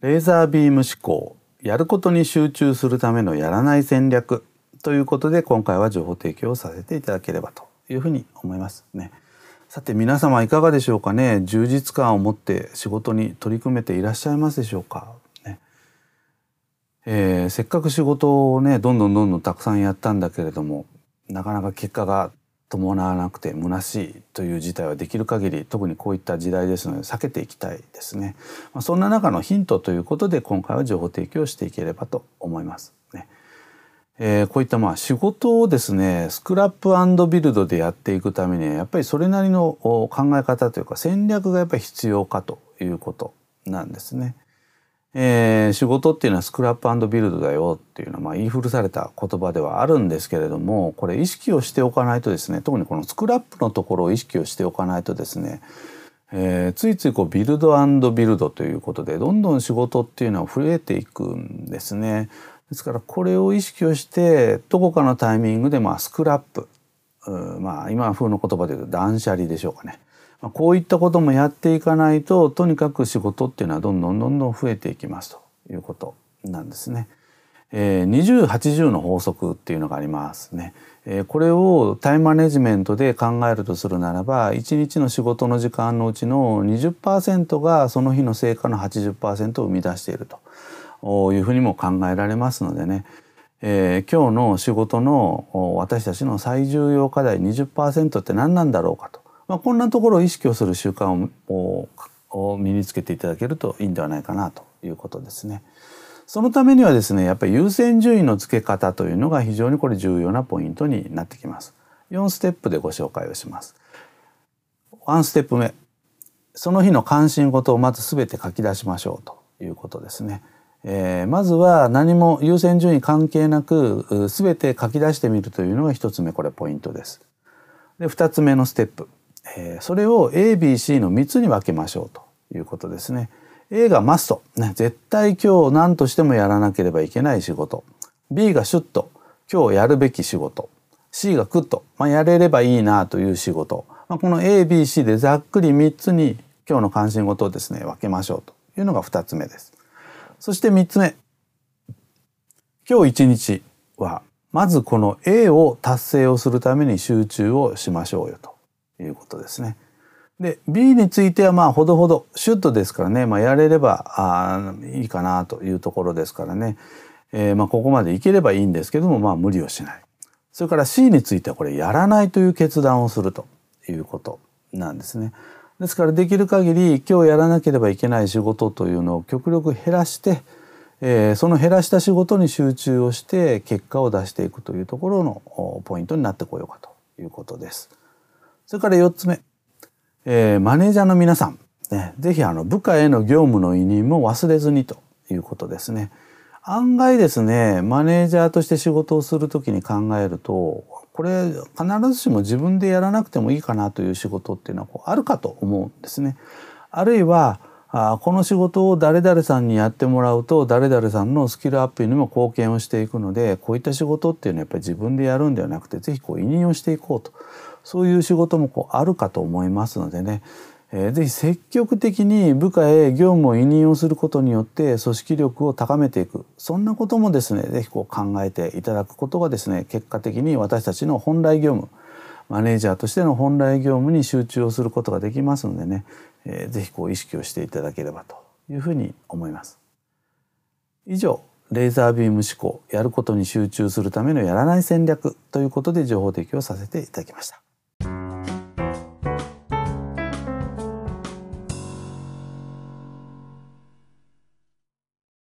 レーザービーム思考、やることに集中するためのやらない戦略ということで、今回は情報提供をさせていただければというふうに思いますね。さて皆様いかがでしょうかね。充実感を持って仕事に取り組めていらっしゃいますでしょうかね。せっかく仕事をねどんどんたくさんやったんだけれども、なかなか結果が伴わなくて虚しいという事態はできる限り、特にこういった時代ですので避けていきたいですね。そんな中のヒントということで今回は情報提供していければと思いますね。こういった仕事をですねスクラップ&ビルドでやっていくためにはやっぱりそれなりの考え方というか戦略がやっぱり必要かということなんですね。仕事っていうのはスクラップ&ビルドだよっていうのは言い古された言葉ではあるんですけれども、これ意識をしておかないとですね、特にこのスクラップのところを意識をしておかないとですね、ついついビルド&ビルドということでどんどん仕事っていうのは増えていくんですね。ですからこれを意識をしてどこかのタイミングでスクラップ、今風の言葉で言うと断捨離でしょうかね。こういったこともやっていかないと、とにかく仕事っていうのはどんどん増えていきますということなんですね。20-80の法則っていうのがありますね。これをタイムマネジメントで考えるとするならば、1日の仕事の時間のうちの 20% がその日の成果の 80% を生み出しているというふうにも考えられますのでね、今日の仕事の私たちの最重要課題 20% って何なんだろうかと、こんなところを意識をする習慣を身につけていただけるといいんではないかなということですね。そのためにはですね、やっぱり優先順位の付け方というのが非常にこれ重要なポイントになってきます。4ステップでご紹介をします。1ステップ目、その日の関心事をまず全て書き出しましょうということですね。まずは何も優先順位関係なく全て書き出してみるというのが1つ目、これポイントです。で2つ目のステップ、それを ABC の3つに分けましょうということですね。A がマスト、絶対今日何としてもやらなければいけない仕事。B がシュッと、今日やるべき仕事。C がクッと、やれればいいなという仕事。この ABC でざっくり3つに今日の関心事をですね分けましょうというのが2つ目です。そして3つ目、今日一日はまずこの A を達成をするために集中をしましょうよということですね。で B についてはほどほどシュッとですからね、やれればいいかなというところですからね、ここまでいければいいんですけども無理をしない。それから C についてはこれやらないという決断をするということなんですね。ですからできる限り今日やらなければいけない仕事というのを極力減らして、その減らした仕事に集中をして結果を出していくというところのポイントになってこようかということです。それから4つ目、マネージャーの皆さん、ぜひ部下への業務の委任も忘れずにということですね。案外ですね、マネージャーとして仕事をするときに考えると、これ必ずしも自分でやらなくてもいいかなという仕事っていうのはあるかと思うんですね。あるいはこの仕事を誰々さんにやってもらうと誰々さんのスキルアップにも貢献をしていくので、こういった仕事っていうのはやっぱり自分でやるんではなくて、ぜひ委任をしていこうと、そういう仕事もあるかと思いますのでね、ぜひ積極的に部下へ業務を委任をすることによって組織力を高めていく、そんなこともですねぜひ考えていただくことがですね、結果的に私たちの本来業務、マネージャーとしての本来業務に集中をすることができますのでね、ぜひ意識をしていただければというふうに思います。以上、レーザービーム思考、やることに集中するためのやらない戦略ということで情報提供させていただきました。